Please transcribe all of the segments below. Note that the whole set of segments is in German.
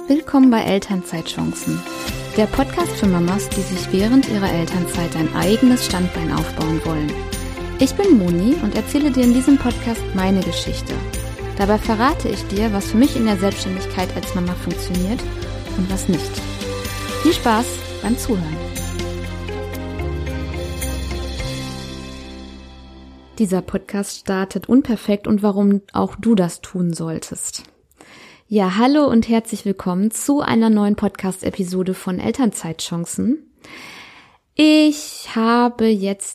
Willkommen bei Elternzeitchancen, der Podcast für Mamas, die sich während ihrer Elternzeit ein eigenes Standbein aufbauen wollen. Ich bin Moni und erzähle dir in diesem Podcast meine Geschichte. Dabei verrate ich dir, was für mich in der Selbstständigkeit als Mama funktioniert und was nicht. Viel Spaß beim Zuhören. Dieser Podcast startet unperfekt und warum auch du das tun solltest. Ja, hallo und herzlich willkommen zu einer neuen Podcast-Episode von Elternzeitchancen. Ich habe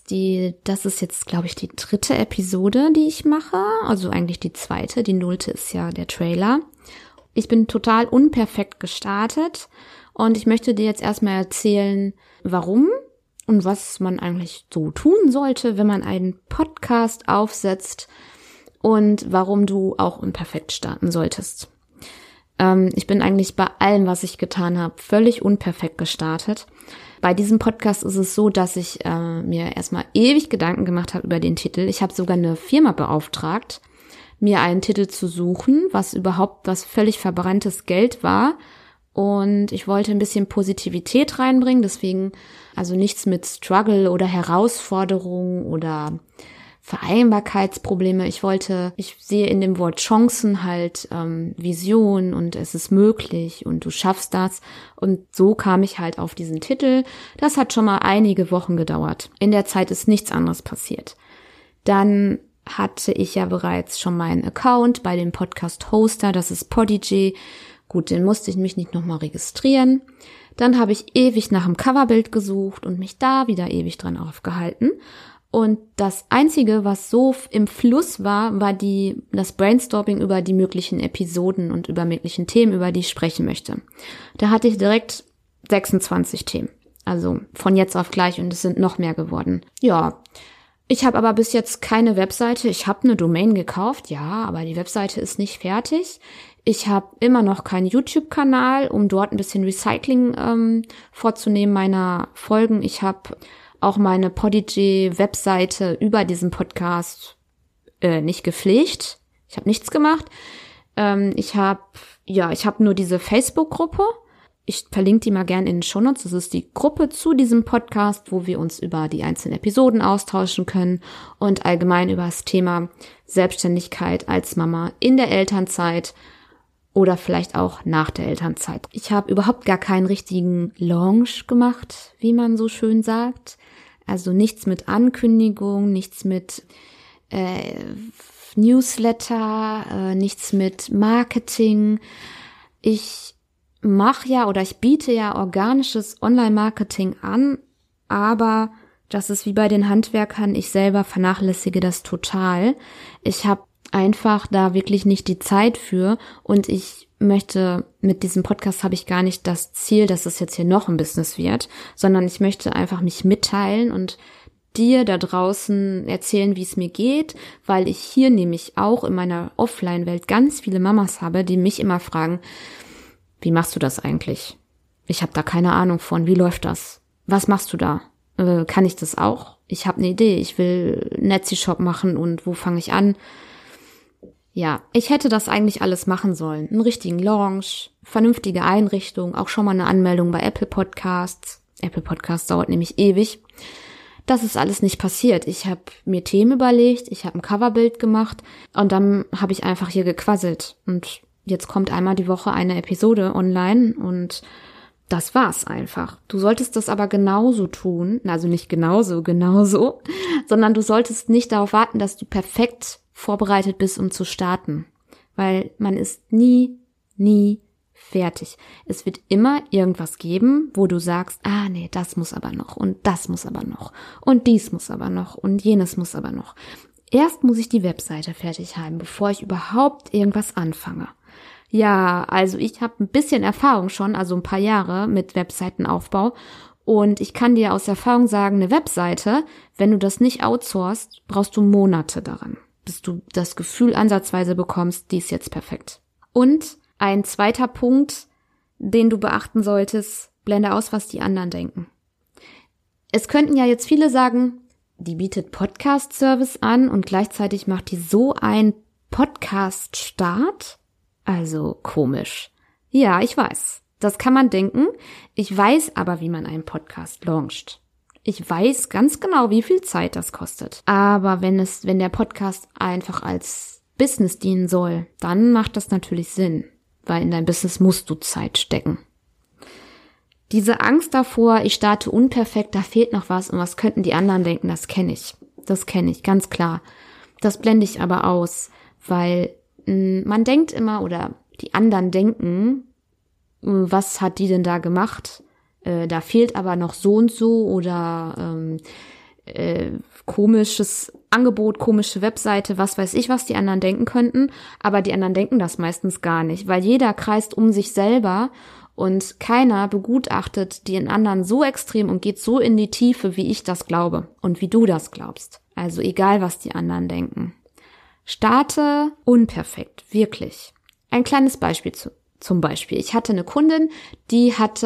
das ist jetzt, glaube ich, die 3. Episode, die ich mache, also eigentlich die 2., die 0. ist ja der Trailer. Ich bin total unperfekt gestartet und ich möchte dir jetzt erstmal erzählen, warum und was man eigentlich so tun sollte, wenn man einen Podcast aufsetzt und warum du auch unperfekt starten solltest. Ich bin eigentlich bei allem, was ich getan habe, völlig unperfekt gestartet. Bei diesem Podcast ist es so, dass ich mir erstmal ewig Gedanken gemacht habe über den Titel. Ich habe sogar eine Firma beauftragt, mir einen Titel zu suchen, was völlig verbranntes Geld war. Und ich wollte ein bisschen Positivität reinbringen, deswegen also nichts mit Struggle oder Herausforderungen oder Vereinbarkeitsprobleme. Ich sehe in dem Wort Chancen halt Vision und es ist möglich und du schaffst das. Und so kam ich halt auf diesen Titel. Das hat schon mal einige Wochen gedauert. In der Zeit ist nichts anderes passiert. Dann hatte ich ja bereits schon meinen Account bei dem Podcast-Hoster, das ist Podigy. Gut, den musste ich mich nicht nochmal registrieren. Dann habe ich ewig nach dem Coverbild gesucht und mich da wieder ewig dran aufgehalten. Und das Einzige, was so im Fluss war das Brainstorming über die möglichen Episoden und über möglichen Themen, über die ich sprechen möchte. Da hatte ich direkt 26 Themen. Also von jetzt auf gleich und es sind noch mehr geworden. Ja, ich habe aber bis jetzt keine Webseite. Ich habe eine Domain gekauft, ja, aber die Webseite ist nicht fertig. Ich habe immer noch keinen YouTube-Kanal, um dort ein bisschen Recycling vorzunehmen meiner Folgen. Ich habe auch meine Podigy-Webseite über diesen Podcast nicht gepflegt. Ich habe nichts gemacht. Ich habe nur diese Facebook-Gruppe. Ich verlinke die mal gerne in den Shownotes. Das ist die Gruppe zu diesem Podcast, wo wir uns über die einzelnen Episoden austauschen können und allgemein über das Thema Selbstständigkeit als Mama in der Elternzeit oder vielleicht auch nach der Elternzeit. Ich habe überhaupt gar keinen richtigen Launch gemacht, wie man so schön sagt. Also nichts mit Ankündigung, nichts mit Newsletter, nichts mit Marketing. Ich biete ja organisches Online-Marketing an, aber das ist wie bei den Handwerkern, ich selber vernachlässige das total. Ich habe einfach da wirklich nicht die Zeit für und mit diesem Podcast habe ich gar nicht das Ziel, dass es jetzt hier noch ein Business wird, sondern ich möchte einfach mich mitteilen und dir da draußen erzählen, wie es mir geht, weil ich hier nämlich auch in meiner Offline-Welt ganz viele Mamas habe, die mich immer fragen, wie machst du das eigentlich? Ich habe da keine Ahnung von, wie läuft das? Was machst du da? Kann ich das auch? Ich habe eine Idee, ich will einen Etsy-Shop machen und wo fange ich an? Ja, ich hätte das eigentlich alles machen sollen. Einen richtigen Launch, vernünftige Einrichtung, auch schon mal eine Anmeldung bei Apple Podcasts. Apple Podcasts dauert nämlich ewig. Das ist alles nicht passiert. Ich habe mir Themen überlegt, ich habe ein Coverbild gemacht und dann habe ich einfach hier gequasselt. Und jetzt kommt einmal die Woche eine Episode online und das war's einfach. Du solltest das aber genauso tun, also nicht genauso, sondern du solltest nicht darauf warten, dass du perfekt vorbereitet bist, um zu starten. Weil man ist nie fertig. Es wird immer irgendwas geben, wo du sagst, nee, das muss aber noch und das muss aber noch und dies muss aber noch und jenes muss aber noch. Erst muss ich die Webseite fertig haben, bevor ich überhaupt irgendwas anfange. Ja, also ich habe ein bisschen Erfahrung schon, also ein paar Jahre mit Webseitenaufbau und ich kann dir aus Erfahrung sagen, eine Webseite, wenn du das nicht outsourcest, brauchst du Monate daran, bis du das Gefühl ansatzweise bekommst, die ist jetzt perfekt. Und ein zweiter Punkt, den du beachten solltest, blende aus, was die anderen denken. Es könnten ja jetzt viele sagen, die bietet Podcast-Service an und gleichzeitig macht die so einen Podcast-Start. Also komisch. Ja, ich weiß. Das kann man denken. Ich weiß aber, wie man einen Podcast launcht. Ich weiß ganz genau, wie viel Zeit das kostet. Aber wenn der Podcast einfach als Business dienen soll, dann macht das natürlich Sinn, weil in dein Business musst du Zeit stecken. Diese Angst davor, ich starte unperfekt, da fehlt noch was und was könnten die anderen denken, das kenne ich. Das kenne ich, ganz klar. Das blende ich aber aus, weil man denkt immer oder die anderen denken, was hat die denn da gemacht? Da fehlt aber noch so und so oder komisches Angebot, komische Webseite, was weiß ich, was die anderen denken könnten. Aber die anderen denken das meistens gar nicht, weil jeder kreist um sich selber und keiner begutachtet den anderen so extrem und geht so in die Tiefe, wie ich das glaube und wie du das glaubst. Also egal, was die anderen denken. Starte unperfekt, wirklich. Ein kleines Beispiel zum Beispiel. Ich hatte eine Kundin, die hat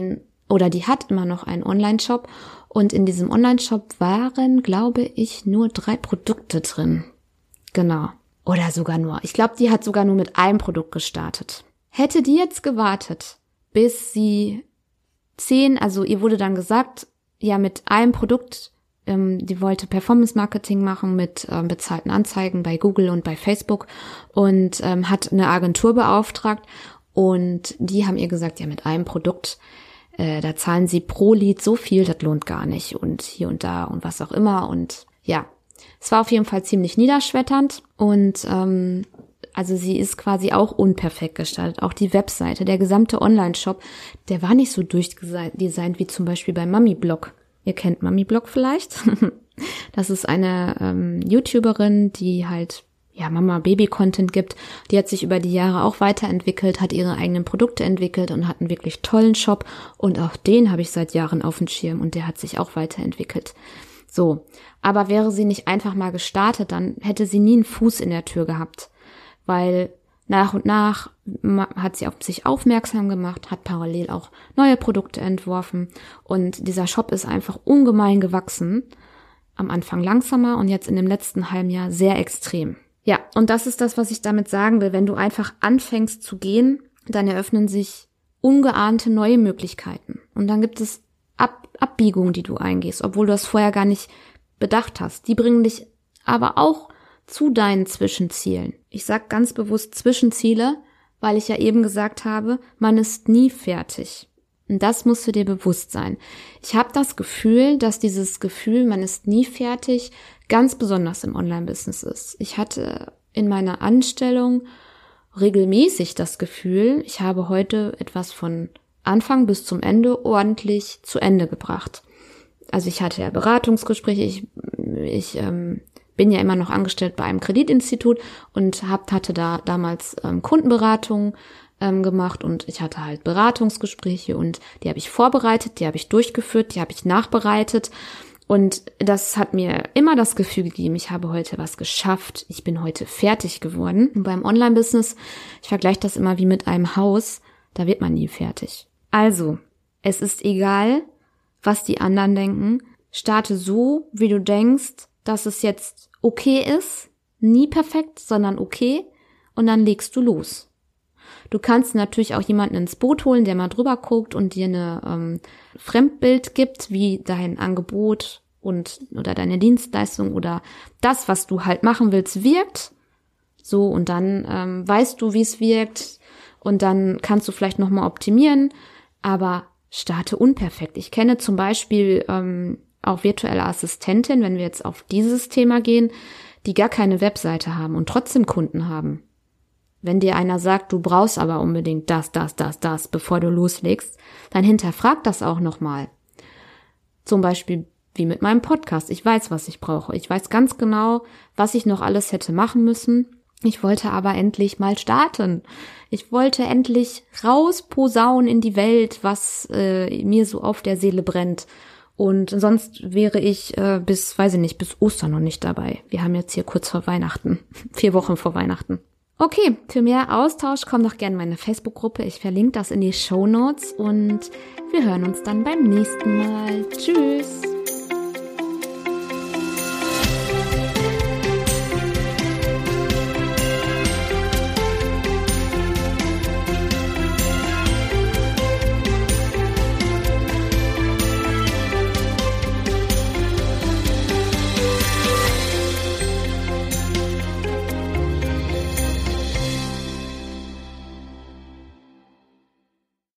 immer noch einen Online-Shop und in diesem Online-Shop waren, glaube ich, nur 3 Produkte drin. Genau. Oder sogar nur. Ich glaube, die hat sogar nur mit einem Produkt gestartet. Hätte die jetzt gewartet, bis sie 10, also ihr wurde dann gesagt, ja, mit einem Produkt, die wollte Performance-Marketing machen mit bezahlten Anzeigen bei Google und bei Facebook und hat eine Agentur beauftragt und die haben ihr gesagt, ja, mit einem Produkt, da zahlen sie pro Lead so viel, das lohnt gar nicht und hier und da und was auch immer und ja, es war auf jeden Fall ziemlich niederschmetternd und also sie ist quasi auch unperfekt gestaltet. Auch die Webseite, der gesamte Online-Shop, der war nicht so durchdesignt wie zum Beispiel bei Mami-Blog. Ihr kennt Mami-Blog vielleicht? Das ist eine YouTuberin, die halt Mama-Baby-Content gibt. Die hat sich über die Jahre auch weiterentwickelt, hat ihre eigenen Produkte entwickelt und hat einen wirklich tollen Shop. Und auch den habe ich seit Jahren auf dem Schirm und der hat sich auch weiterentwickelt. So, aber wäre sie nicht einfach mal gestartet, dann hätte sie nie einen Fuß in der Tür gehabt. Weil nach und nach hat sie auf sich aufmerksam gemacht, hat parallel auch neue Produkte entworfen und dieser Shop ist einfach ungemein gewachsen. Am Anfang langsamer und jetzt in dem letzten halben Jahr sehr extrem. Ja, und das ist das, was ich damit sagen will. Wenn du einfach anfängst zu gehen, dann eröffnen sich ungeahnte neue Möglichkeiten. Und dann gibt es Abbiegungen, die du eingehst, obwohl du das vorher gar nicht bedacht hast. Die bringen dich aber auch zu deinen Zwischenzielen. Ich sage ganz bewusst Zwischenziele, weil ich ja eben gesagt habe, man ist nie fertig. Und das musst du dir bewusst sein. Ich habe das Gefühl, dass dieses Gefühl, man ist nie fertig, ganz besonders im Online-Business ist. Ich hatte in meiner Anstellung regelmäßig das Gefühl, ich habe heute etwas von Anfang bis zum Ende ordentlich zu Ende gebracht. Also ich hatte ja Beratungsgespräche, ich bin ja immer noch angestellt bei einem Kreditinstitut und hatte da damals Kundenberatung gemacht und ich hatte halt Beratungsgespräche und die habe ich vorbereitet, die habe ich durchgeführt, die habe ich nachbereitet und das hat mir immer das Gefühl gegeben, ich habe heute was geschafft, ich bin heute fertig geworden. Und beim Online-Business, ich vergleiche das immer wie mit einem Haus, da wird man nie fertig. Also, es ist egal, was die anderen denken, starte so, wie du denkst, dass es jetzt okay ist, nie perfekt, sondern okay und dann legst du los. Du kannst natürlich auch jemanden ins Boot holen, der mal drüber guckt und dir eine Fremdbild gibt, wie dein Angebot oder deine Dienstleistung oder das, was du halt machen willst, wirkt. So, und dann weißt du, wie es wirkt und dann kannst du vielleicht nochmal optimieren, aber starte unperfekt. Ich kenne zum Beispiel auch virtuelle Assistentin, wenn wir jetzt auf dieses Thema gehen, die gar keine Webseite haben und trotzdem Kunden haben. Wenn dir einer sagt, du brauchst aber unbedingt das, bevor du loslegst, dann hinterfrag das auch nochmal. Zum Beispiel wie mit meinem Podcast. Ich weiß, was ich brauche. Ich weiß ganz genau, was ich noch alles hätte machen müssen. Ich wollte aber endlich mal starten. Ich wollte endlich rausposaunen in die Welt, was mir so auf der Seele brennt. Und sonst wäre ich bis Ostern noch nicht dabei. Wir haben jetzt hier kurz vor Weihnachten, 4 Wochen vor Weihnachten. Okay, für mehr Austausch komm doch gerne in meine Facebook-Gruppe. Ich verlinke das in die Shownotes und wir hören uns dann beim nächsten Mal. Tschüss!